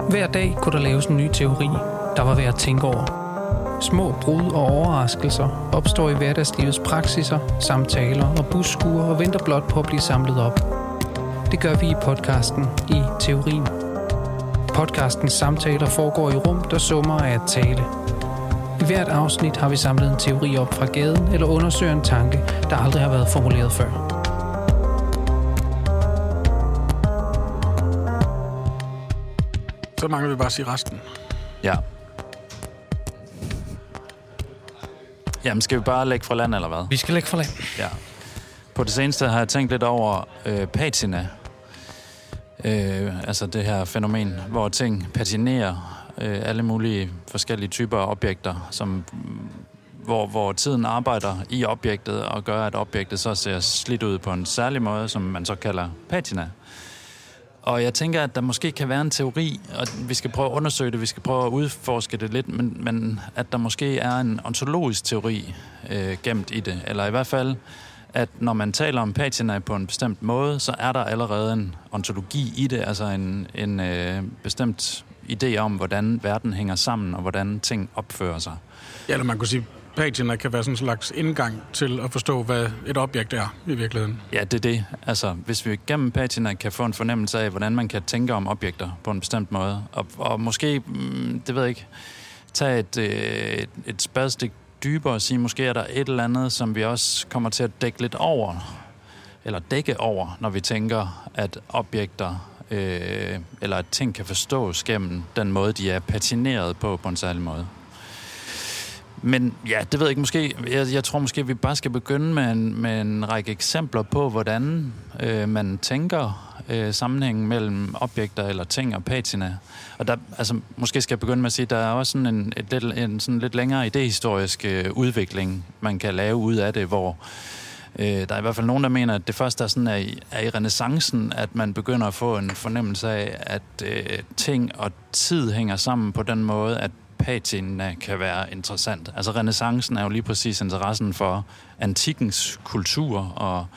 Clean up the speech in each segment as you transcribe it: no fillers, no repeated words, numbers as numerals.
Hver dag kunne der laves en ny teori, der var værd at tænke over. Små brud og overraskelser opstår i hverdagslivets praksiser, samtaler og busskuer og venter blot på at blive samlet op. Det gør vi i podcasten I Teorien. Podcastens samtaler foregår i rum, der summer af at tale. I hvert afsnit har vi samlet en teori op fra gaden eller undersøger en tanke, der aldrig har været formuleret før. Så mangler vi bare at sige resten. Ja. Jamen, skal vi bare lægge fra land, eller hvad? Vi skal lægge fra land. Ja. På det seneste har jeg tænkt lidt over patina. Altså det her fænomen, hvor ting patinerer alle mulige forskellige typer af objekter, som, hvor tiden arbejder i objektet og gør, at objektet så ser slidt ud på en særlig måde, som man så kalder patina. Og jeg tænker, at der måske kan være en teori, og vi skal prøve at undersøge det, vi skal prøve at udforske det lidt, men at der måske er en ontologisk teori gemt i det, eller i hvert fald, at når man taler om patina på en bestemt måde, så er der allerede en ontologi i det, altså en bestemt idé om, hvordan verden hænger sammen, og hvordan ting opfører sig. Ja, eller man kunne sige, patina kan være sådan en slags indgang til at forstå, hvad et objekt er i virkeligheden. Ja, det er det. Altså, hvis vi gennem patina kan få en fornemmelse af, hvordan man kan tænke om objekter på en bestemt måde, og måske, det ved jeg ikke, tage et spadestik dybere og sige, måske er der et eller andet, som vi også kommer til at dække lidt over, eller dække over, når vi tænker, at objekter eller at ting kan forstås gennem den måde, de er patineret på en særlig måde. Men ja, det ved jeg ikke, måske, jeg tror måske, at vi bare skal begynde med en række eksempler på, hvordan man tænker sammenhængen mellem objekter eller ting og patina. Og der, altså, måske skal jeg begynde med at sige, at der er også sådan en sådan lidt længere idehistorisk udvikling, man kan lave ud af det, hvor der er i hvert fald nogen, der mener, at det først er i renæssancen, at man begynder at få en fornemmelse af, at ting og tid hænger sammen på den måde, at patina kan være interessant. Altså renæssancen er jo lige præcis interessen for antikkens kultur og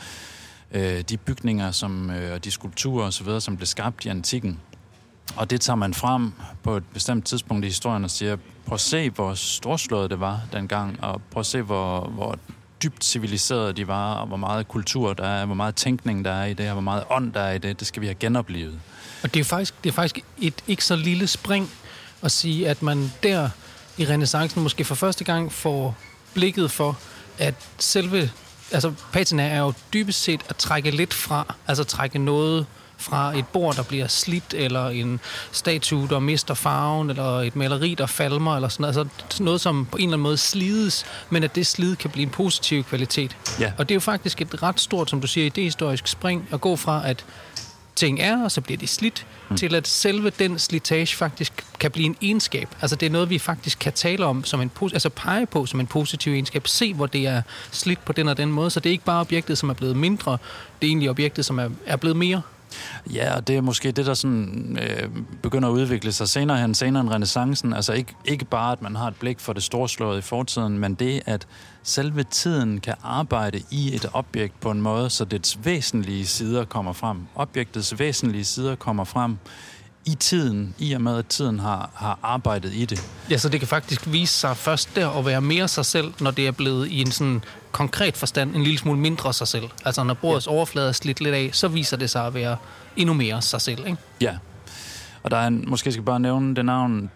de bygninger og de skulpturer og så videre, som blev skabt i antikken. Og det tager man frem på et bestemt tidspunkt i historien og siger, prøv at se, hvor storslået det var dengang, og prøv at se, hvor dybt civiliserede de var, og hvor meget kultur der er, hvor meget tænkning der er i det, og hvor meget ånd der er i det. Det skal vi have genoplevet. Og det er faktisk et ikke så lille spring at sige, at man der i renæssancen måske for første gang får blikket for, at selve, altså patina er jo dybest set at trække lidt fra, altså trække noget fra et bord, der bliver slidt, eller en statue, der mister farven, eller et maleri, der falmer, eller sådan noget. Altså noget, som på en eller anden måde slides, men at det slid kan blive en positiv kvalitet. Ja. Og det er jo faktisk et ret stort, som du siger, idehistorisk spring, at gå fra, at ting er, og så bliver de slidt, til at selve den slitage faktisk kan blive en egenskab. Altså det er noget, vi faktisk kan tale om, som altså pege på som en positiv egenskab. Se, hvor det er slidt på den og den måde. Så det er ikke bare objektet, som er blevet mindre, det er egentlig objektet, som er blevet mere. Ja, og det er måske det, der sådan, begynder at udvikle sig senere end renæssancen. Altså ikke bare, at man har et blik for det storslåede i fortiden, men det, at selve tiden kan arbejde i et objekt på en måde, så dets væsentlige sider kommer frem. Objektets væsentlige sider kommer frem i tiden, i og med, at tiden har arbejdet i det. Ja, så det kan faktisk vise sig først der at være mere sig selv, når det er blevet i en sådan konkret forstand en lille smule mindre sig selv. Altså når bordets overflade er slidt lidt af, så viser det sig at være endnu mere sig selv, ikke? Ja. Og der er måske skal bare nævne det navn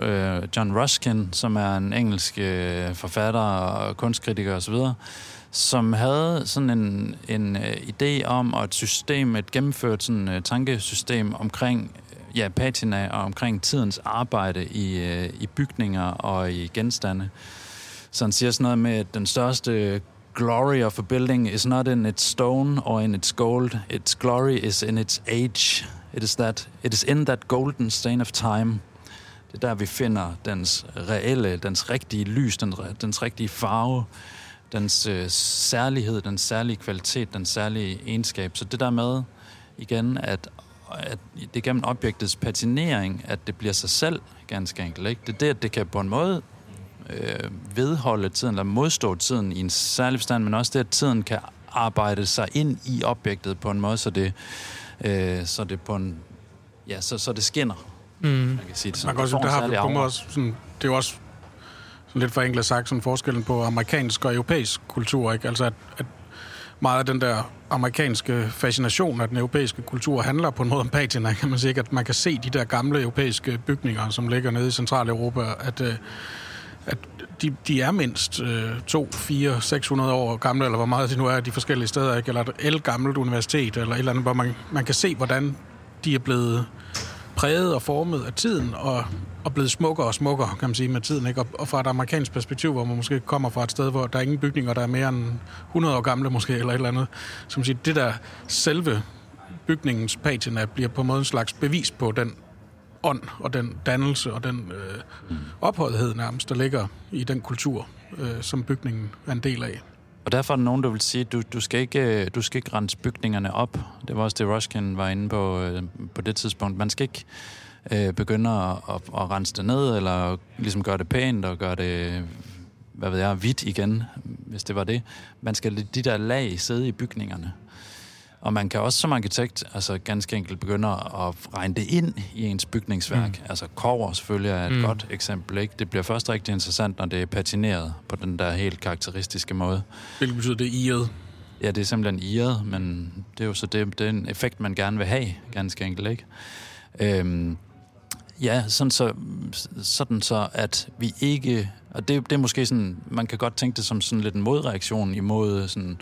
John Ruskin, som er en engelsk forfatter og kunstkritiker osv., som havde sådan en idé om, og et gennemført sådan tankesystem omkring patina og omkring tidens arbejde i bygninger og i genstande. Så han siger sådan noget med, at den største glory of a building is not in its stone or in its gold. Its glory is in its age. It is in that golden stain of time. Det er der, vi finder dens rigtige lys, dens rigtige farve, dens særlighed, dens særlige kvalitet, dens særlige egenskab. Så det der med, igen, at det er gennem objektets patinering, at det bliver sig selv, ganske enkelt. Ikke? Det er det, at det kan på en måde vedholde tiden, eller modstå tiden i en særlig forstand, men også det, at tiden kan arbejde sig ind i objektet på en måde, så det på en, så det skinner. Man kan sige det sådan. Man kan også, der har vi på måde også sådan, det er jo også sådan lidt forenklet sagt sådan forskellen på amerikansk og europæisk kultur, ikke? Altså at meget af den der amerikanske fascination af den europæiske kultur handler på en måde om patina, kan man sige, at man kan se de der gamle europæiske bygninger, som ligger nede i Centraleuropa, at de er mindst 2, 4, 600 år gamle, eller hvor meget de nu er de forskellige steder, ikke? Eller et ældgammelt universitet, eller et eller andet, hvor man kan se, hvordan de er blevet præget og formet af tiden, og blevet smukkere og smukkere, kan man sige, med tiden, ikke? Og fra et amerikansk perspektiv, hvor man måske kommer fra et sted, hvor der er ingen bygninger, der er mere end 100 år gamle måske, eller et eller andet. Som siger, det der selve bygningens patina bliver på en måde en slags bevis på den ånd og den dannelse og den ophøjethed nærmest, der ligger i den kultur, som bygningen er en del af. Og derfor er der nogen, der vil sige, at du skal ikke rense bygningerne op. Det var også det, Ruskin var inde på det tidspunkt. Man skal ikke begynde at rense det ned, eller ligesom gøre det pænt og gøre det, hvidt igen, hvis det var det. Man skal lade de der lag sidde i bygningerne. Og man kan også som arkitekt ganske enkelt begynde at regne det ind i ens bygningsværk. Altså kobber selvfølgelig er et godt eksempel, ikke? Det bliver først rigtig interessant, når det er patineret på den der helt karakteristiske måde. Hvilket betyder det irret? Ja, det er simpelthen irret, men det er jo så det er en effekt, man gerne vil have, ganske enkelt, ikke? Sådan så, at vi ikke... Og det er måske sådan... Man kan godt tænke det som sådan lidt en modreaktion imod sådan...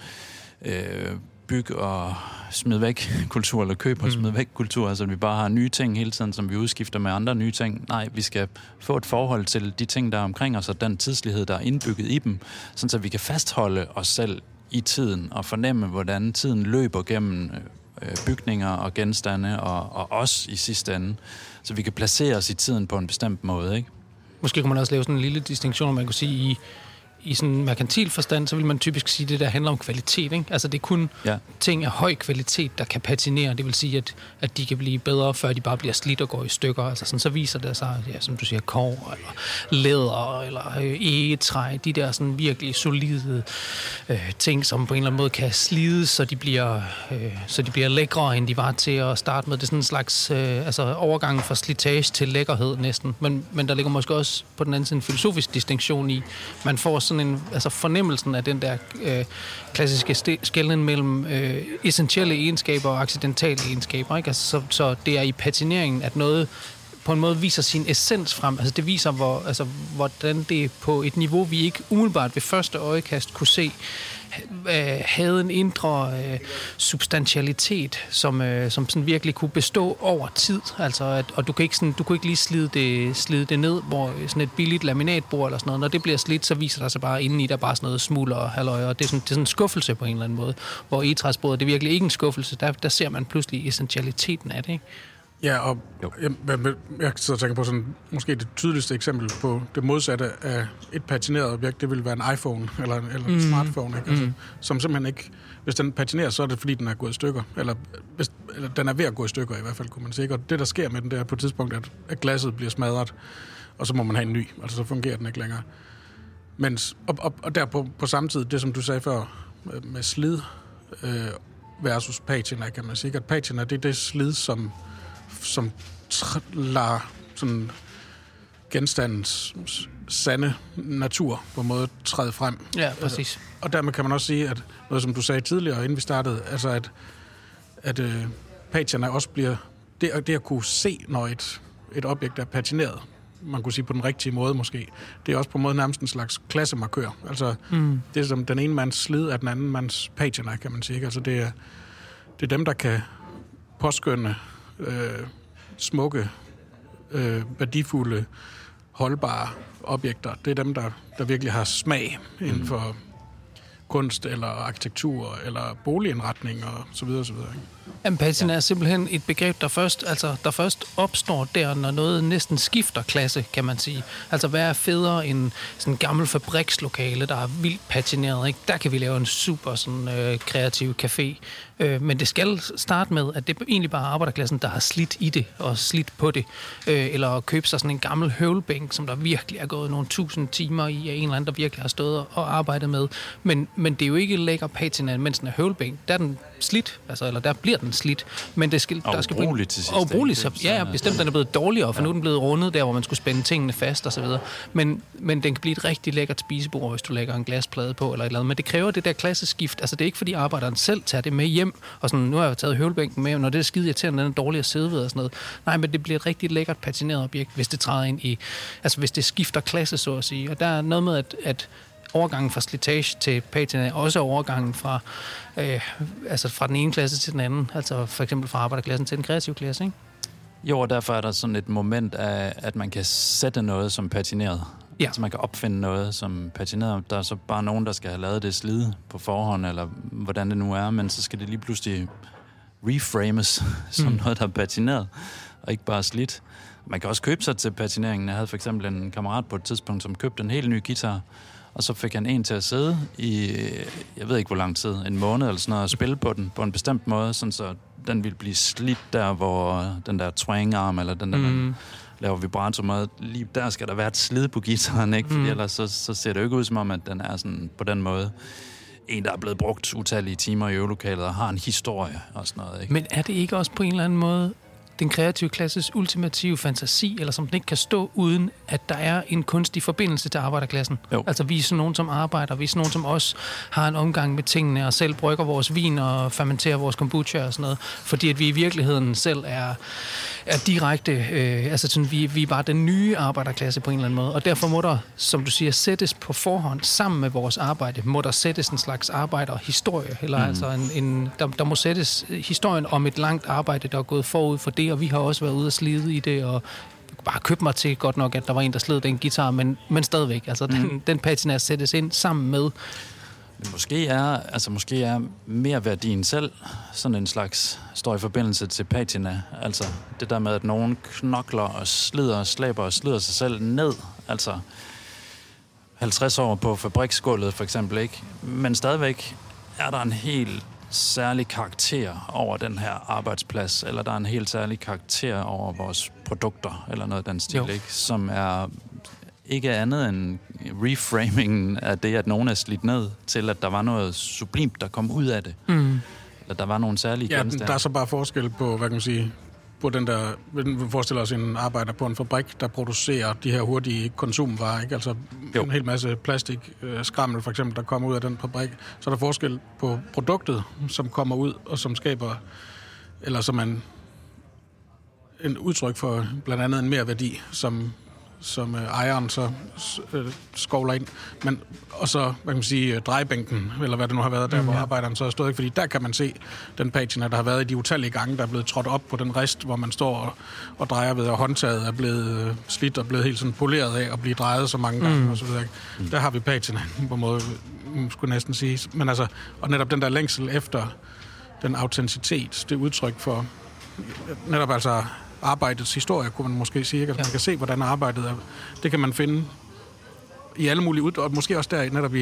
byg og smid væk kultur, eller køb og smid væk kultur, altså vi bare har nye ting hele tiden, som vi udskifter med andre nye ting. Nej, vi skal få et forhold til de ting, der er omkring os, og den tidslighed, der er indbygget i dem, sådan så vi kan fastholde os selv i tiden, og fornemme, hvordan tiden løber gennem bygninger og genstande, og os i sidste ende, så vi kan placere os i tiden på en bestemt måde, ikke? Måske kunne man også lave sådan en lille distinktion, man kunne sige, i sådan en merkantil forstand, så vil man typisk sige, at det der handler om kvalitet, ikke? Altså det er kun ting af høj kvalitet, der kan patinere. Det vil sige, at de kan blive bedre, før de bare bliver slidt og går i stykker. Altså sådan, så viser det sig, som du siger, kobber, eller læder, eller egetræ, de der sådan virkelig solide ting, som på en eller anden måde kan slides, så de bliver lækre, end de var til at starte med. Det er sådan en slags overgang fra slitage til lækkerhed næsten. Men der ligger måske også på den anden side en filosofisk distinktion i, man får sådan en, fornemmelsen af den der klassiske skelnen mellem essentielle egenskaber og accidentale egenskaber, ikke? Altså, så det er i patineringen, at noget på en måde viser sin essens frem. Altså det viser, hvordan det på et niveau, vi ikke umiddelbart ved første øjekast kunne se, havde en indre substantialitet, som sådan virkelig kunne bestå over tid. Altså og du kunne ikke lige slide det ned, hvor sådan et billigt laminatbord eller sådan noget, når det bliver slidt, så viser der sig bare indeni der bare sådan noget smulder og halløj, og det er sådan en skuffelse på en eller anden måde. Hvor egetræsbordet, det er virkelig ikke en skuffelse. Der ser man pludselig essentialiteten af det, ikke? Ja, og jeg sidder og tænker på sådan, måske det tydeligste eksempel på det modsatte af et patineret objekt, det vil være en iPhone eller en smartphone, ikke? Altså, som simpelthen ikke, hvis den patinerer, så er det fordi, den er gået i stykker, eller den er ved at gå i stykker i hvert fald, kunne man sige. Og det, der sker med den, det er på et tidspunkt, at glasset bliver smadret, og så må man have en ny, altså så fungerer den ikke længere. Og der på samme tid, det som du sagde før, med slid versus patina, kan man sige, at patina, det er det slid, som lader sådan genstandens sande natur på en måde træde frem. Ja, præcis. Og dermed kan man også sige, at noget som du sagde tidligere, inden vi startede, altså at patina også bliver det at kunne se, når et objekt er patineret, man kunne sige på den rigtige måde måske, det er også på en måde nærmest en slags klassemarkør. Altså det er som den ene mands slid af den anden mands patina, kan man sige. Altså det er dem, der kan påskønne smukke, værdifulde, holdbare objekter. Det er dem, der virkelig har smag inden for kunst eller arkitektur eller boligindretning og så videre, så videre. Jamen, patina er simpelthen et begreb, der først opstår der, når noget næsten skifter klasse, kan man sige. Altså, hvad er federe end sådan en gammel fabrikslokale, der er vildt patineret, ikke? Der kan vi lave en super sådan kreativ café. Men det skal starte med, at det er egentlig bare arbejderklassen, der har slidt i det og slidt på det. Eller købe sig sådan en gammel høvlbænk, som der virkelig er gået nogle 1000 timer i af en eller anden, der virkelig har stået og arbejdet med. Men men det er jo ikke lækker patina, mens den er høvlbænk. Der er den slidt, altså, eller der bliver den slidt. Men det skal, der skal ubrugelig til sidst. Ubrugelig, så ja, bestemt, den er blevet dårligere, for nu er den blevet rundet der, hvor man skulle spænde tingene fast og så videre. Men den kan blive et rigtig lækkert spisebord, hvis du lægger en glasplade på eller et eller andet. Men det kræver det der klasseskift. Altså, det er ikke, fordi arbejderen selv tager det med hjem, og sådan, nu har jeg taget høvlbænken med, og når det er skide irriterende, den er dårlig at sidde ved og sådan noget. Nej, men det bliver et rigtig lækkert patineret objekt, hvis det træder ind i, altså hvis det skifter klasse, så at sige. Og der er noget med, at overgangen fra slitage til patina er også overgangen fra, altså fra den ene klasse til den anden. Altså for eksempel fra arbejderklassen til den kreative klasse, ikke? Jo, og derfor er der sådan et moment af, at man kan sætte noget som patineret. Ja. Altså man kan opfinde noget som patineret. Der er så bare nogen, der skal have lavet det slide på forhånd, eller hvordan det nu er, men så skal det lige pludselig reframes som noget, der er patineret, og ikke bare slidt. Man kan også købe sig til patineringen. Jeg havde for eksempel en kammerat på et tidspunkt, som købte en helt ny guitar, og så fik han en til at sidde i, jeg ved ikke hvor lang tid, en måned eller sådan noget, og spille på den på en bestemt måde, sådan så den ville blive slidt der, hvor den der twangarm, eller den der, man laver vibrato med, lige der skal der være et slid på guitaren, ikke? Fordi ellers så ser det jo ikke ud som om, at den er sådan på den måde en, der er blevet brugt utallige timer i øvelokalet, og har en historie og sådan noget, ikke? Men er det ikke også på en eller anden måde den kreative klasses ultimative fantasi, eller som den ikke kan stå uden, at der er en kunstig forbindelse til arbejderklassen? Jo. Altså vi er sådan nogen, som arbejder, vi er sådan nogen, som også har en omgang med tingene, og selv brygger vores vin og fermenterer vores kombucha og sådan noget, fordi at vi i virkeligheden selv er direkte, altså sådan, vi er bare den nye arbejderklasse på en eller anden måde, og derfor må der, som du siger, sættes på forhånd, sammen med vores arbejde, må der sættes en slags arbejderhistorie, eller altså der må sættes historien om et langt arbejde, der er gået forud for det, og vi har også været ude og slide i det, og bare købte mig til godt nok, at der var en, der sled den guitar, men stadigvæk, altså den patina sættes ind sammen med. Men måske er mere værdien selv sådan en slags står i forbindelse til patina. Altså det der med, at nogen knokler og slider og slæber og slider sig selv ned. Altså 50 år på fabriksgulvet for eksempel, ikke? Men stadigvæk er der en helt særlig karakter over den her arbejdsplads, eller der er en helt særlig karakter over vores produkter, eller noget af den stil, ikke? Som er ikke andet end reframingen af det, at nogen er slidt ned, til at der var noget sublimt, der kom ud af det. Eller der var nogle særlige genstande. Der er så bare forskel på, hvad kan man sige, på den der, vi forestiller os en arbejder på en fabrik, der producerer de her hurtige konsumvarer, ikke? Altså en hel masse plastik, skrammel for eksempel, der kommer ud af den fabrik. Så er der forskel på produktet, som kommer ud, og som skaber, eller som en udtryk for blandt andet en merværdi, som ejeren så skovler ind. Men, og så, hvad kan man sige, drejebænken, eller hvad det nu har været, der hvor arbejderen så har stået, fordi der kan man se den patina, der har været i de utallige gange, der er blevet trådt op på den rist, hvor man står og drejer ved, og håndtaget er blevet slidt og blevet helt sådan poleret af, og blive drejet så mange gange, og så videre. Der har vi patina, på en måde, skulle næsten sige. Men altså, og netop den der længsel efter den autenticitet, det udtryk for netop altså arbejdets historie, kunne man måske sige. Altså, man kan se, hvordan arbejdet er. Det kan man finde i alle mulige og måske også der netop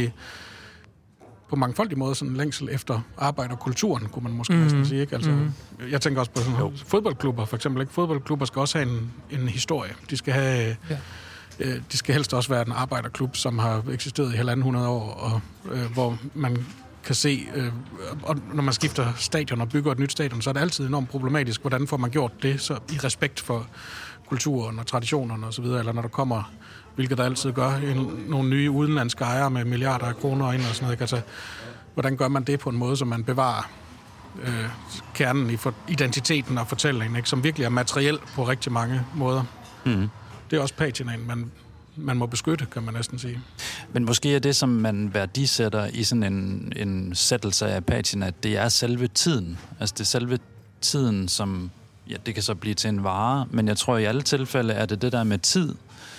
på mangfoldige måder sådan en længsel efter arbejderkulturen, kunne man måske næsten sige. Ikke? Altså, jeg tænker også på sådan fodboldklubber, for eksempel. Ikke? Fodboldklubber skal også have en historie. De skal have... De skal helst også være en arbejderklub, som har eksisteret i 150 år, og hvor man kan se, og når man skifter stadion og bygger et nyt stadion, så er det altid enormt problematisk, hvordan får man gjort det, så i respekt for kulturen og traditionerne osv., eller når der kommer, hvilket der altid gør, nogle nye udenlandske ejere med milliarder af kroner ind og sådan noget. Altså, hvordan gør man det på en måde, så man bevarer kernen i identiteten og fortællingen, ikke, som virkelig er materiel på rigtig mange måder. Det er også patinaen, man må beskytte, kan man næsten sige. Men måske er det, som man værdisætter i sådan en sættelse af patina, det er selve tiden. Altså det er selve tiden, som, ja, det kan så blive til en vare, men jeg tror i alle tilfælde er det der med tid.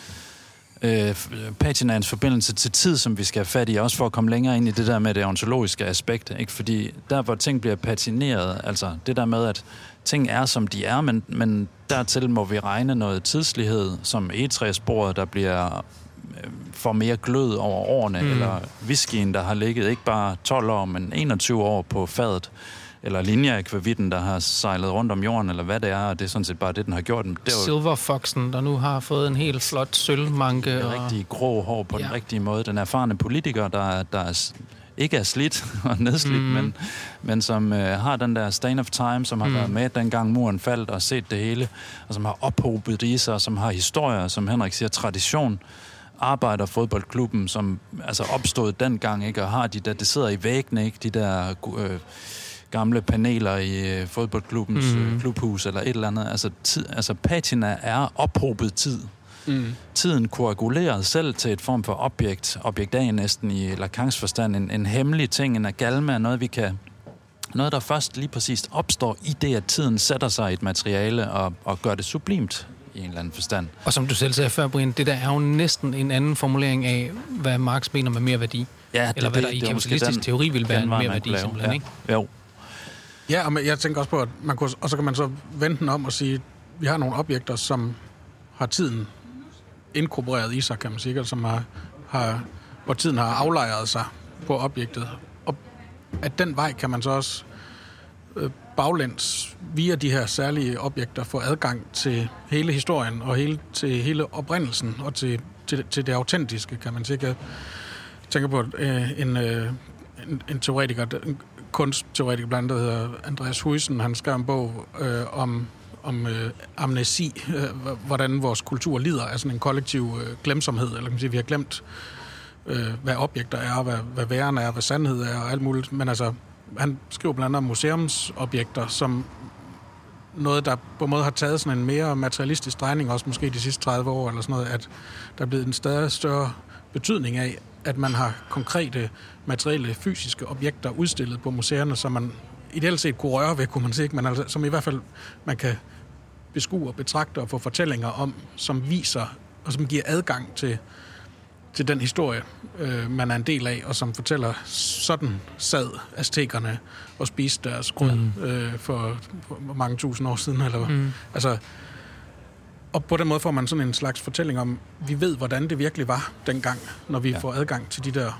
Patinaens forbindelse til tid, som vi skal have fat i, også for at komme længere ind i det der med det ontologiske aspekt, ikke? Fordi der, hvor ting bliver patineret, altså det der med, at ting er, som de er, men dertil må vi regne noget tidslighed, som egetræsbordet, der bliver får mere glød over årene, eller whiskyen, der har ligget ikke bare 12 år, men 21 år på fadet, eller linjeakvavitten, der har sejlet rundt om jorden, eller hvad det er, og det er sådan set bare det, den har gjort. Silverfoxen, der nu har fået en helt flot sølvmanke. Rigtig grå hår på den rigtige måde. Den erfarne politiker, der er ikke er slidt og nedslidt, men som har den der stain of time, som har været med, dengang muren faldt og set det hele, og som har ophobet det i sig, som har historier, som Henrik siger, tradition, arbejderfodboldklubben, som altså opstod dengang, ikke, og har de der, det sidder i væggene, ikke, de der gamle paneler i fodboldklubbens klubhus eller et eller andet. Altså patina er ophobet tid. Tiden koaguleret selv til et form for objekt A næsten i Lacans forstand, en hemmelig ting, en agalma, noget der først lige præcist opstår i det, at tiden sætter sig i et materiale og gør det sublimt i en eller anden forstand. Og som du selv sagde før, Brian, det der er jo næsten en anden formulering af, hvad Marx mener med mere værdi. Ja, eller hvad der i kapitalistisk teori vil være en mere værdi, simpelthen, ikke? Jo. Ja, og jeg tænker også på, at og så kan man så vende den om og sige, at vi har nogle objekter, som har tiden inkorporeret i sig, kan man sige, som hvor tiden har aflejret sig på objektet. Og at den vej kan man så også baglæns via de her særlige objekter få adgang til hele historien og til hele oprindelsen og til det autentiske, kan man sige. Jeg tænker på en teoretiker, en kunstteoretiker blandt andet, der hedder Andreas Huysen. Han skrev en bog om amnesi, hvordan vores kultur lider af sådan en kollektiv glemsomhed, eller kan man sige, vi har glemt, hvad objekter er, hvad væren er, hvad sandhed er, og alt muligt. Men altså, han skriver blandt andet om museumsobjekter, som noget, der på en måde har taget sådan en mere materialistisk drejning, også måske de sidste 30 år, eller sådan noget, at der er blevet en stadig større betydning af, at man har konkrete, materielle, fysiske objekter udstillet på museerne, som man ideelt set kunne røre ved, kunne man sige, men altså, som i hvert fald man kan beskue og betragte og få fortællinger om, som viser og som giver adgang til den historie, man er en del af, og som fortæller, sådan sad aztekerne og spiste deres grød for mange tusind år siden. Altså, og på den måde får man sådan en slags fortælling om, vi ved, hvordan det virkelig var dengang, når vi får adgang til de der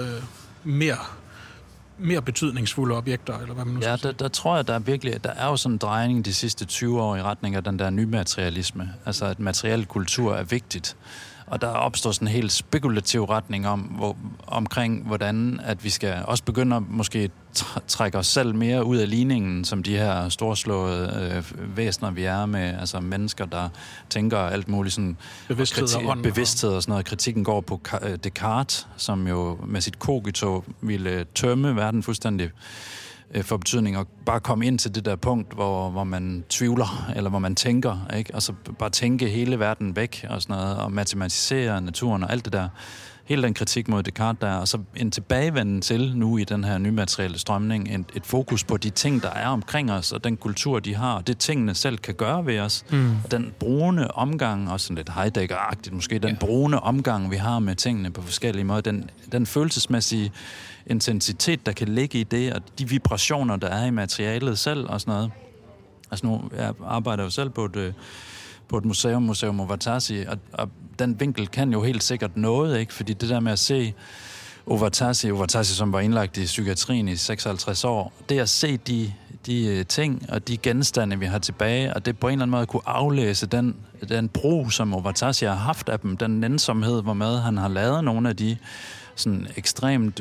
mere betydningsfulde objekter, eller hvad man nu skal sige. Der tror jeg, der er jo sådan en drejning de sidste 20 år i retning af den der nymaterialisme. Altså, at materiel kultur er vigtigt. Og der opstår sådan en helt spekulativ retning omkring, hvordan at vi skal også begynde at måske trække os selv mere ud af ligningen, som de her storslåede væsener, vi er med, altså mennesker, der tænker alt muligt sådan bevidsthed og sådan noget. Kritikken går på Descartes, som jo med sit cogito ville tømme verden fuldstændig for betydning, og bare komme ind til det der punkt, hvor man tvivler, eller hvor man tænker, ikke? Og så bare tænke hele verden væk, og sådan noget, og matematisere naturen og alt det der. Hele den kritik mod Descartes der, og så en tilbagevenden til nu i den her nymaterielle strømning, et fokus på de ting, der er omkring os, og den kultur, de har, og det tingene selv kan gøre ved os. Og den brune omgang, også sådan lidt Heidegger-agtigt måske, den brune omgang, vi har med tingene på forskellige måder, den følelsesmæssige intensitet, der kan ligge i det, og de vibrationer, der er i materialet selv, og sådan noget. Altså nu, jeg arbejder jo selv på et museum Ovatasi, og den vinkel kan jo helt sikkert noget, ikke? Fordi det der med at se Ovatasi, som var indlagt i psykiatrien i 56 år, det at se de ting og de genstande, vi har tilbage, og det på en eller anden måde kunne aflæse den brug, som Ovatasi har haft af dem, den nænsomhed, hvormed han har lavet nogle af de sådan ekstremt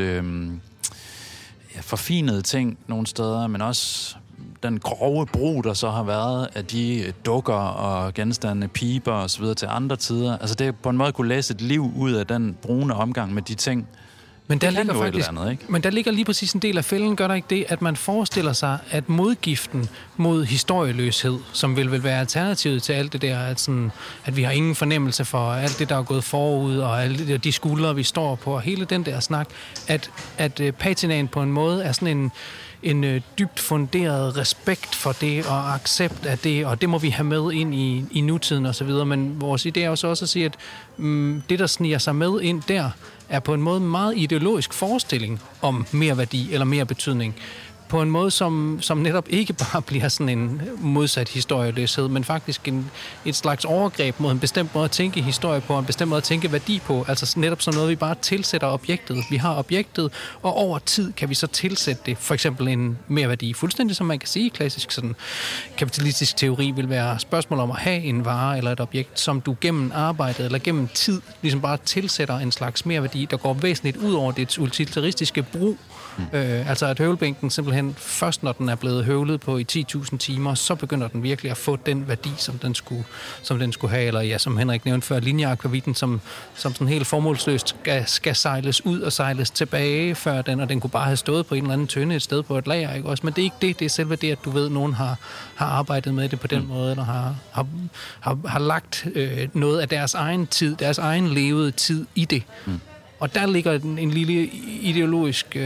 forfinede ting nogle steder, men også den grove brug, der så har været af de dukker og genstande, piber og så videre til andre tider. Altså det på en måde kunne læse et liv ud af den brune omgang med de ting. Men der ligger faktisk, andet, ikke? Men der ligger lige præcis en del af fælden, gør der ikke det, at man forestiller sig, at modgiften mod historieløshed, som vil være alternativet til alt det der, at vi har ingen fornemmelse for alt det, der er gået forud, og alle de skuldre, vi står på, og hele den der snak, at patinaen på en måde er sådan en dybt funderet respekt for det, og accept af det, og det må vi have med ind i nutiden og så videre. Men vores idé er også at sige, at det, der sniger sig med ind der, er på en måde meget ideologisk forestilling om mere værdi eller mere betydning. på en måde, som netop ikke bare bliver sådan en modsat historieløshed, men faktisk et slags overgreb mod en bestemt måde at tænke historie på, en bestemt måde at tænke værdi på. Altså netop sådan noget, vi bare tilsætter objektet. Vi har objektet, og over tid kan vi så tilsætte det. For eksempel en mere værdi. Fuldstændig som man kan sige, klassisk sådan kapitalistisk teori vil være spørgsmål om at have en vare eller et objekt, som du gennem arbejdet eller gennem tid ligesom bare tilsætter en slags mere værdi, der går væsentligt ud over dets utilitaristiske brug. Altså at høvlebænken simpelthen først, når den er blevet høvlet på i 10.000 timer, så begynder den virkelig at få den værdi, som den skulle have, eller ja, som Henrik nævnte før, linjeakvavitten, som sådan helt formålsløst skal sejles ud og sejles tilbage før den, og den kunne bare have stået på en eller anden tønde et sted på et lager, ikke også? Men det er ikke det, det er selve det, at du ved, nogen har arbejdet med det på den måde, eller har lagt noget af deres egen tid, deres egen levede tid i det. Og der ligger en lille ideologisk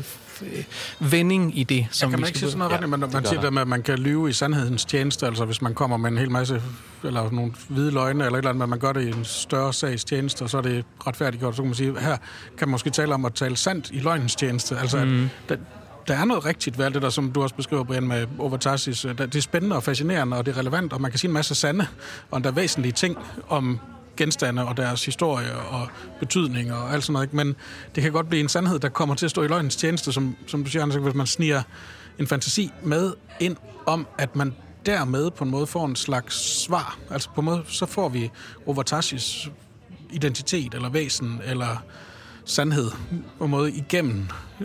vending i det, som kan vi man skal... ikke sige sådan noget retning, man siger det med, at man kan lyve i sandhedens tjeneste, altså hvis man kommer med en hel masse, eller nogle hvide løgne, eller et eller andet, men man gør det i en større sags tjeneste, og så er det retfærdiggjort, så kan man sige, her kan man måske tale om at tale sandt i løgnens tjeneste, altså at der er noget rigtigt ved alt det der, som du også beskriver, Brian, med Over-Tarsis. Det er spændende og fascinerende, og det er relevant, og man kan sige en masse sande, og der er væsentlige ting om genstande og deres historie og betydning og alt sådan noget, ikke? Men det kan godt blive en sandhed, der kommer til at stå i løgnens tjeneste, som du siger, Anders, hvis man sniger en fantasi med ind om, at man dermed på en måde får en slags svar. Altså på en måde, så får vi Over-Tarsis identitet eller væsen eller sandhed på en måde igennem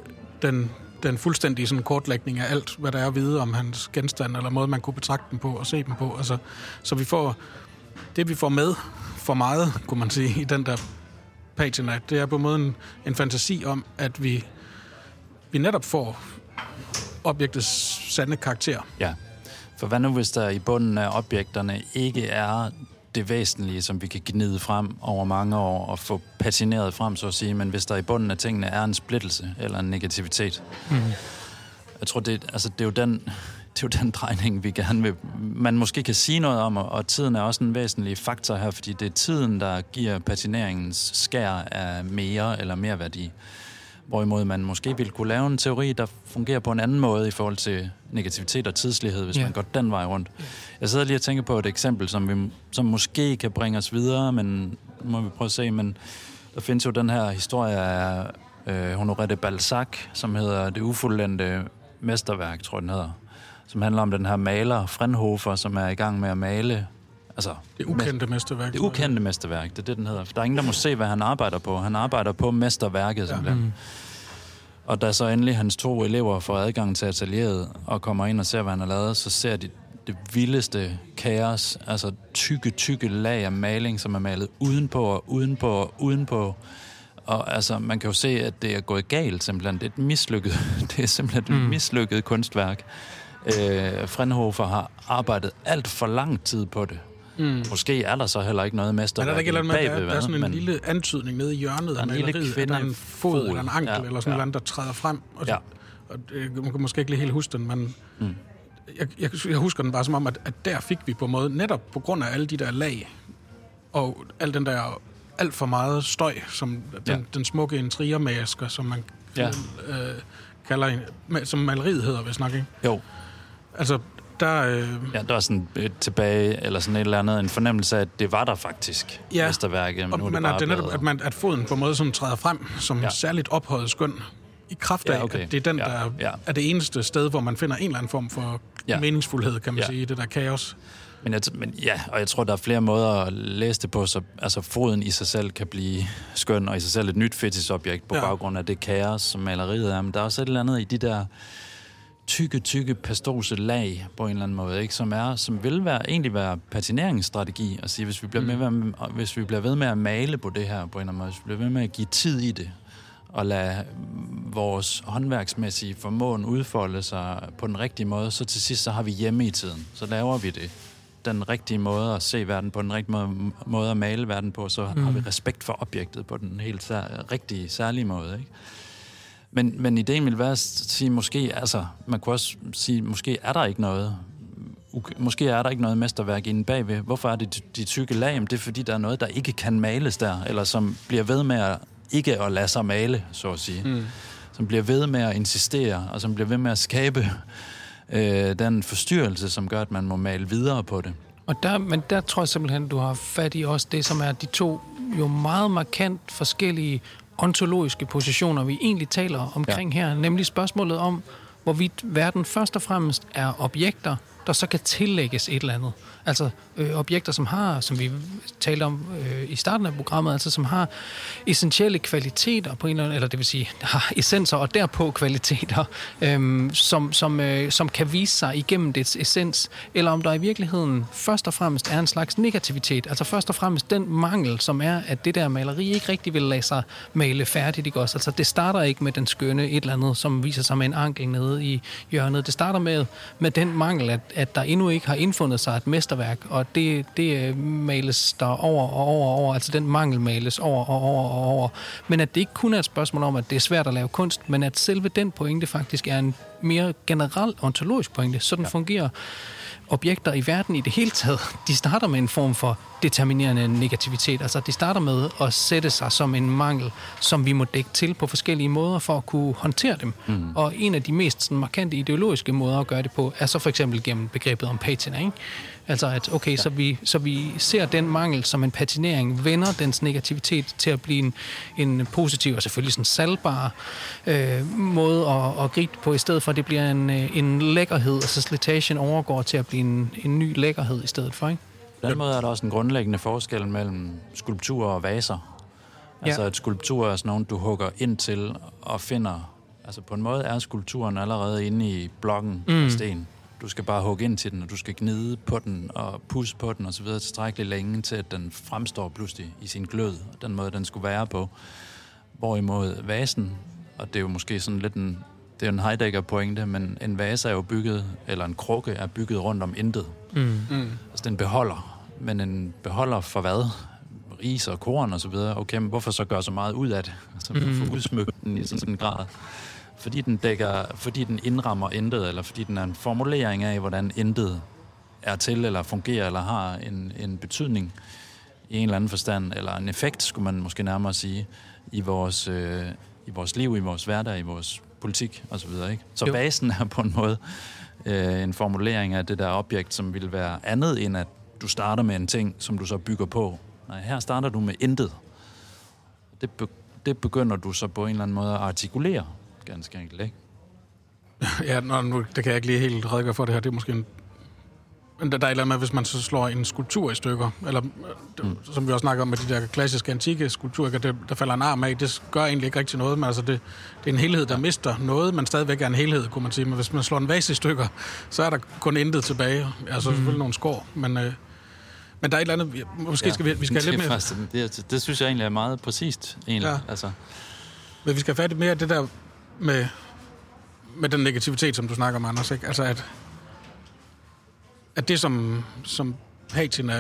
den fuldstændige sådan kortlægning af alt, hvad der er at vide om hans genstand, eller måde, man kunne betragte dem på og se dem på. Altså, så vi får det, vi får med for meget, kunne man sige, i den der patina, det er på en måde en fantasi om, at vi netop får objektets sande karakter. Ja, for hvad nu, hvis der i bunden af objekterne ikke er det væsentlige, som vi kan gnide frem over mange år og få patineret frem, så at sige, men hvis der i bunden af tingene er en splittelse eller en negativitet. Jeg tror, det er jo den drejning, vi gerne vil, man måske kan sige noget om, og tiden er også en væsentlig faktor her, fordi det er tiden, der giver patineringens skær af mere eller mere værdi. Hvorimod man måske ville kunne lave en teori, der fungerer på en anden måde i forhold til negativitet og tidslighed, hvis man går den vej rundt. Jeg sidder lige og tænker på et eksempel, som måske kan bringe os videre, men må vi prøve at se, men der findes jo den her historie af Honoré de Balzac, som hedder Det ufuldendte mesterværk, tror jeg den hedder, som handler om den her maler, Frennhofer, som er i gang med at male. Altså, det ukendte mesterværk. Det ukendte mesterværk, det er det, den hedder. For der er ingen, der må se, hvad han arbejder på. Han arbejder på mesterværket, simpelthen. Og da så endelig hans 2 elever får adgang til atelieret og kommer ind og ser, hvad han har lavet, så ser de det vildeste kaos, altså tykke lag af maling, som er malet udenpå. Og altså, man kan jo se, at det er gået galt, simpelthen. Det er simpelthen et mislykket kunstværk. Frennhofer har arbejdet alt for lang tid på det. Måske er der så heller ikke noget mesterværk bagved. Der er sådan en lille antydning nede i hjørnet af maleriet, at der er en fod eller en ankel eller sådan noget, der træder frem. Og man kan måske ikke lige helt huske den, men jeg husker den bare som om, at der fik vi på en måde, netop på grund af alle de der lag, og al den der alt for meget støj, som den smukke intrigermasker, som man kalder, som maleriet hedder, hvis nok, ikke? Jo. Altså, der er sådan tilbage, eller sådan et eller andet, en fornemmelse af, at det var der faktisk, mesterværket. Men at det netop, at foden på en måde sådan træder frem, som særligt ophøjet skøn, i kraft af, at det er den, der er det eneste sted, hvor man finder en eller anden form for meningsfuldhed, kan man sige, i det der kaos. Og jeg tror, der er flere måder at læse det på, så altså foden i sig selv kan blive skøn, og i sig selv et nyt fetisobjekt på baggrund af det kaos, som maleriet er. Men der er også et eller andet i de der tykke pastose lag på en eller anden måde, ikke? Som vil egentlig være patineringsstrategi at sige, hvis vi bliver ved med at male på det her på en eller anden måde, hvis vi bliver ved med at give tid i det, og lade vores håndværksmæssige formåen udfolde sig på den rigtige måde, så til sidst så har vi hjemme i tiden. Så laver vi det. Den rigtige måde at se verden på, den rigtige måde at male verden på, så har vi respekt for objektet på den helt rigtige, særlige måde, ikke? Men ideen vil være at sige, måske, altså, man kunne også sige, måske er der ikke noget. Måske er der ikke noget mesterværk inde bagved. Hvorfor er det de tykke lag? Det er fordi, der er noget, der ikke kan males der, eller som bliver ved med ikke at lade sig male, så at sige. som bliver ved med at insistere, og som bliver ved med at skabe den forstyrrelse, som gør, at man må male videre på det. Men der tror jeg simpelthen, du har fat i også det, som er de to jo meget markant forskellige ontologiske positioner, vi egentlig taler omkring her, nemlig spørgsmålet om, hvorvidt verden først og fremmest er objekter, der så kan tillægges et eller andet. Altså objekter, som vi talte om i starten af programmet, altså som har essentielle kvaliteter på en eller anden, eller det vil sige, har essenser og derpå kvaliteter, som kan vise sig igennem dets essens, eller om der i virkeligheden først og fremmest er en slags negativitet, altså først og fremmest den mangel, som er, at det der maleri ikke rigtig vil lade sig male færdigt, ikke også? Altså det starter ikke med den skønne et eller andet, som viser sig med en ankel nede i hjørnet. Det starter med den mangel, at der endnu ikke har indfundet sig et mesterværk, og det males der over, altså den mangel males over. Men at det ikke kun er et spørgsmål om, at det er svært at lave kunst, men at selve den pointe faktisk er en mere generel ontologisk pointe. Sådan fungerer objekter i verden i det hele taget. De starter med en form for determinerende negativitet. Altså, de starter med at sætte sig som en mangel, som vi må dække til på forskellige måder for at kunne håndtere dem. Mm. Og en af de mest sådan, markante ideologiske måder at gøre det på, er så for eksempel gennem begrebet om patina, ikke? Altså, at okay, så vi ser den mangel som en patinering, vender dens negativitet til at blive en positiv og selvfølgelig sådan salgbar måde at gribe på, i stedet for at det bliver en lækkerhed, altså slitagen overgår til at blive en ny lækkerhed i stedet for, ikke? På den måde er der også en grundlæggende forskel mellem skulpturer og vaser. Altså, at skulpturer er sådan nogle, du hugger ind til og finder. Altså, på en måde er skulpturen allerede inde i blokken af sten. Du skal bare hugge ind til den, og du skal gnide på den og pusse på den osv. tilstrækkeligt længe, til at den fremstår pludselig i sin glød, den måde, den skulle være på. Hvorimod vasen, og det er jo måske sådan lidt det er en Heidegger-pointe, men en vase er jo bygget, eller en krukke er bygget rundt om intet. Altså, den beholder. Men en beholder for hvad? Ris og korn og så videre. Okay, men hvorfor så gøre så meget ud af det? Altså, for udsmykke den i sådan en grad. Fordi den indrammer intet, eller fordi den er en formulering af, hvordan intet er til, eller fungerer, eller har en betydning i en eller anden forstand, eller en effekt, skulle man måske nærmere sige, i vores liv, i vores hverdag, i vores politik osv. Så vasen er på en måde en formulering af det der objekt, som vil være andet end at du starter med en ting, som du så bygger på. Nej, her starter du med intet. Det begynder du så på en eller anden måde at artikulere, ganske enkelt, ikke? Ja, nu, det kan jeg ikke lige helt redegøre for det her. Det er måske men der er et eller andet med, hvis man så slår en skulptur i stykker, eller som vi også snakker om med de der klassiske antikke skulpturer, der falder en arm af, det gør egentlig ikke rigtig noget, men altså det er en helhed, der mister noget, men stadigvæk er en helhed, kunne man sige. Men hvis man slår en vase i stykker, så er der kun intet tilbage. Altså selvfølgelig nogle skår, men der er et eller andet, måske skal vi skal have lidt mere... Det synes jeg egentlig er meget præcist, egentlig. Ja. Altså. Men vi skal have fat i mere af det der med den negativitet, som du snakker om, Anders, ikke? Altså at det som patina,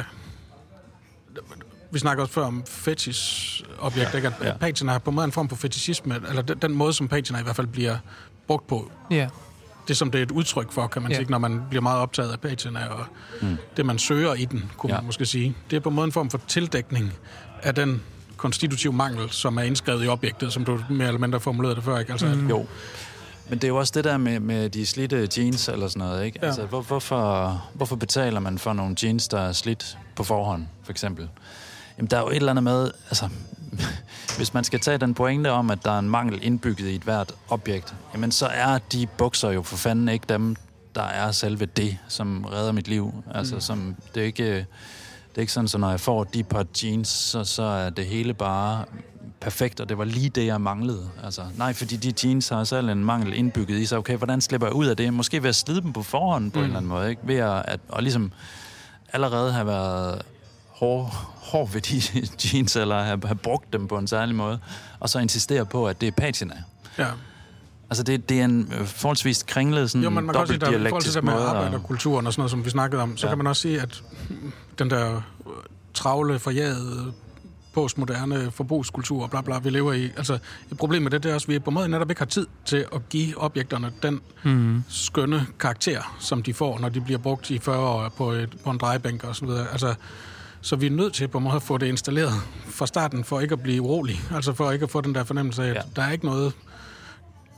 vi snakker også før om fetish-objekter, ikke? At patina er på en måde en form for fetishisme, eller den måde, som patina i hvert fald bliver brugt på. Ja. Det som det er et udtryk for, kan man sige, når man bliver meget optaget af patina, og det man søger i den, kunne man måske sige. Det er på en måde en form for tildækning af den konstitutive mangel, som er indskrevet i objektet, som du mere eller mindre formulerede det før, ikke? Altså, Jo. Men det er jo også det der med de slidte jeans eller sådan noget, ikke? Ja. Altså, hvorfor betaler man for nogle jeans, der er slidt på forhånd, for eksempel? Jamen, der er jo et eller andet med, altså, hvis man skal tage den pointe om, at der er en mangel indbygget i et hvert objekt, jamen, så er de bukser jo for fanden ikke dem, der er selve det, som redder mit liv. Altså, det er ikke sådan, så når jeg får de par jeans, så er det hele bare perfekt, og det var lige det, jeg manglede. Altså, nej, fordi de jeans har selv en mangel indbygget i sig. Okay, hvordan slipper jeg ud af det? Måske ved at slide dem på forhånd på en eller anden måde, ikke? Ved at ligesom allerede have været hård ved de jeans, eller have brugt dem på en særlig måde, og så insistere på, at det er patina. Ja. Altså, det er en forholdsvis kringlet, sådan dobbeltdialektisk måde. I forhold til det med arbejderkulturen og sådan noget, som vi snakkede om, så kan man også sige, at den der travle, forjagede, postmoderne forbrugskultur og bla bla, vi lever i. Altså, et problem med det er også, at vi på en måde netop ikke har tid til at give objekterne den skønne karakter, som de får, når de bliver brugt i 40 år på en drejebænk og sådan videre. Altså, så vi er nødt til på en måde at få det installeret fra starten, for ikke at blive urolig. Altså for ikke at få den der fornemmelse af, at der er ikke noget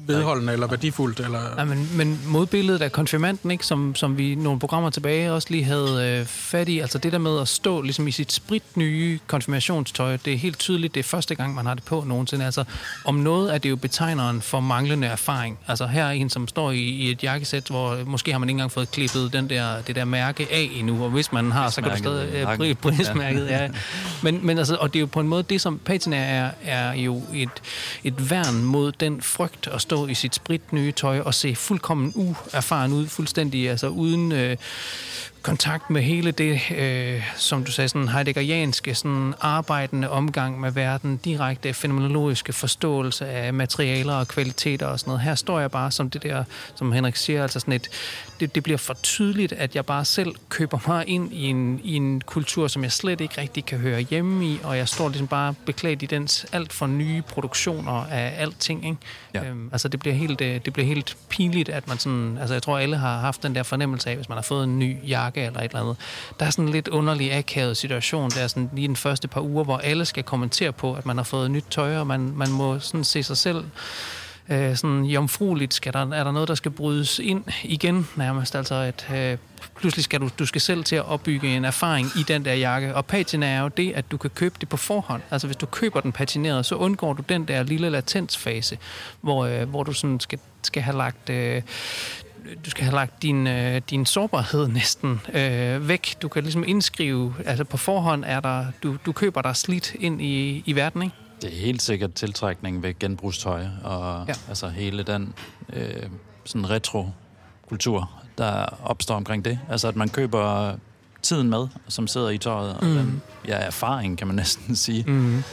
vedholdende eller værdifuldt. Eller... Ja, men modbilledet af konfirmanden, ikke, som vi nogle programmer tilbage også lige havde fat i, altså det der med at stå ligesom i sit spritnye konfirmationstøj, det er helt tydeligt, det er første gang, man har det på nogensinde. Altså, om noget er det jo betegneren for manglende erfaring. Altså her er en, som står i et jakkesæt, hvor måske har man ikke engang fået klippet det der mærke af endnu, og hvis man har, så kan du stadig prismærket. Ja. Men altså, og det er jo på en måde, det som patina er jo et værn mod den frygt at stå i sit spritnye tøj og se fuldkommen uerfaren ud, fuldstændig, altså uden kontakt med hele det, som du sagde, sådan heideggerianske, sådan arbejdende omgang med verden, direkte fænomenologiske forståelse af materialer og kvaliteter og sådan noget. Her står jeg bare som det der, som Henrik siger, altså sådan det bliver for tydeligt, at jeg bare selv køber mig ind i en kultur, som jeg slet ikke rigtig kan høre hjemme i, og jeg står ligesom bare beklædt i dens alt for nye produktioner af alting, ikke? Ja. Altså det bliver helt pinligt, at man sådan, altså jeg tror alle har haft den der fornemmelse af, hvis man har fået en ny jakke eller et eller andet. Der er sådan en lidt underlig akavet situation, der er sådan lige den første par uger, hvor alle skal kommentere på, at man har fået nyt tøj, og man må sådan se sig selv sådan jomfrueligt, er der noget, der skal brydes ind igen, nærmest. Altså, at pludselig skal du skal selv til at opbygge en erfaring i den der jakke. Og patina er jo det, at du kan købe det på forhånd. Altså, hvis du køber den patineret, så undgår du den der lille latensfase, hvor du sådan skal have lagt... du skal have lagt din sårbarhed næsten væk. Du kan ligesom indskrive, altså på forhånd er der, du køber dig slidt ind i verden, ikke? Det er helt sikkert tiltrækning ved genbrugstøj, og altså hele den sådan retro-kultur, der opstår omkring det. Altså at man køber tiden med, som sidder i tøjet, og den erfaring, kan man næsten sige.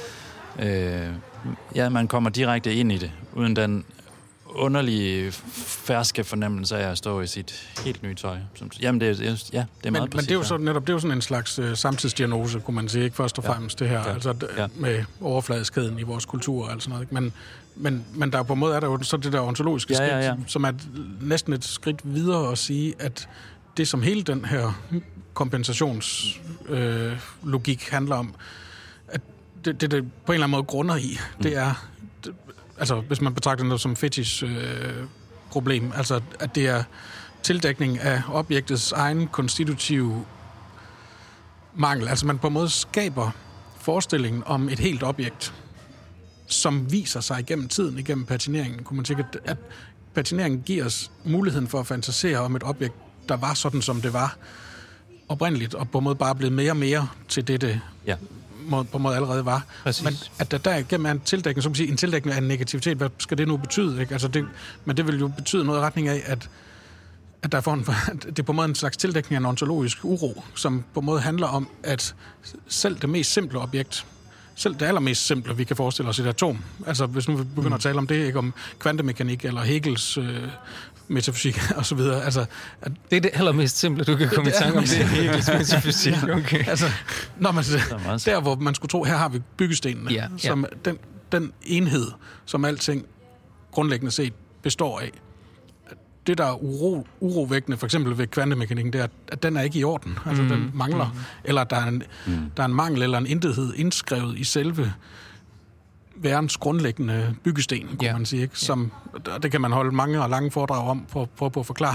Man kommer direkte ind i det, uden den underlige, ferske fornemmelse af at stå i sit helt nye tøj. Jamen, det er meget præcis. Men det er jo så netop, det er jo sådan en slags samtidsdiagnose, kunne man sige, ikke først og fremmest det her, altså med overfladiskheden i vores kultur og alt sådan noget, ikke? Men der på en måde er der jo så det der ontologiske skridt, som er næsten et skridt videre at sige, at det som hele den her kompensationslogik handler om, at det på en eller anden måde grunder i, det er altså, hvis man betragter noget som fetish-problem, altså, at det er tildækning af objektets egen konstitutive mangel. Altså, man på en måde skaber forestillingen om et helt objekt, som viser sig igennem tiden, igennem patineringen. Kunne man sige, at patineringen giver os muligheden for at fantasere om et objekt, der var sådan, som det var oprindeligt, og på en måde bare blevet mere og mere til det på en måde allerede var. Præcis. Men at der igennem er en tildækning, som siger, en tildækning af en negativitet, hvad skal det nu betyde? Ikke? Altså men det vil jo betyde noget i retning af, at der det er på en måde en slags tildækning af en ontologisk uro, som på en måde handler om, at selv det mest simple objekt, selv det allermest simple, vi kan forestille os, et atom, altså hvis nu vi begynder at tale om det, ikke om kvantemekanik eller Hegels metafysik og så videre. Altså, det er det allermest simple, du kan komme i tanke om, det er Hegels metafysik. Okay. Altså, der hvor man skulle tro, her har vi byggestenene, som den enhed, som alting grundlæggende set består af. Det, der er urovækkende, for eksempel ved kvantemekanikken, det er, at den er ikke i orden. Altså, den mangler. Eller der er en mangel eller en intethed indskrevet i selve værens grundlæggende byggesten, kunne man sige. Ikke? Som, det kan man holde mange og lange foredrag om, for at prøve at forklare.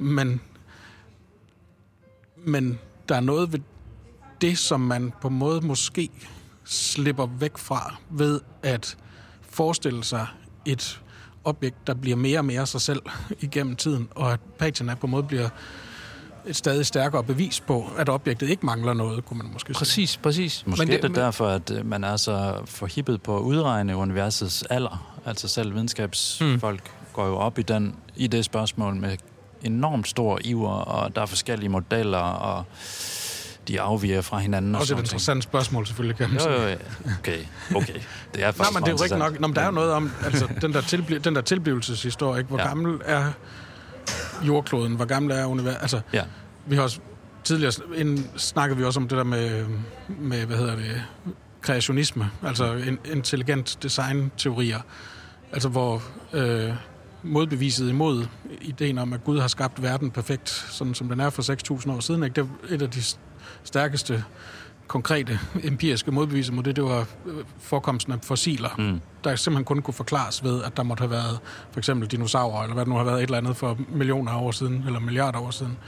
Men der er noget ved det, som man på en måde måske slipper væk fra, ved at forestille sig et objekt, der bliver mere og mere sig selv igennem tiden, og at patina på en måde bliver et stadig stærkere bevis på, at objektet ikke mangler noget, kunne man måske sige. Præcis. Måske er det derfor, at man er så forhippet på at udregne universets alder. Altså selv videnskabsfolk går jo op i det spørgsmål med enormt stor iver, og der er forskellige modeller, og de afviger fra hinanden. Og det er et interessant spørgsmål, selvfølgelig, kan man sige. Jo. Okay. Det er faktisk men det er jo ikke nok. Men der er jo noget om, altså, den der tilblivelseshistorie, hvor gammel er jordkloden, hvor gammel er universet. Altså, vi har også tidligere snakkede vi også om det der med kreationisme, altså intelligent design-teorier, altså hvor modbeviset imod ideen om, at Gud har skabt verden perfekt, sådan som den er for 6.000 år siden. Ikke? Det er et af de stærkeste konkrete empiriske modbeviser mod det var forekomsten af fossiler, der simpelthen kun kunne forklares ved, at der måtte have været for eksempel dinosaurer, eller hvad det nu har været, et eller andet for millioner af år siden, eller milliarder år siden.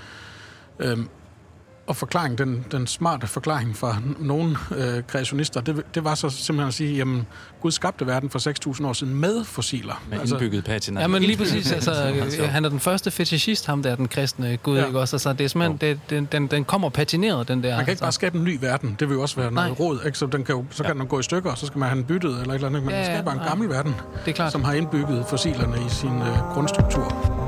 Og forklaringen, den smarte forklaring fra nogle kreationister, det var så simpelthen at sige, jamen, Gud skabte verden for 6.000 år siden med fossiler. Med indbygget patina. Ja, men lige præcis. Han er den første fetishist, ham der, den kristne Gud, ikke også? Altså, det er simpelthen, den kommer patineret, den der. Man kan ikke bare skabe en ny verden. Det vil jo også være noget råd, ikke? Så kan den gå i stykker, og så skal man have den byttet, eller et eller andet. Man skaber en gammel verden, det er klart, som har indbygget fossilerne i sin grundstruktur.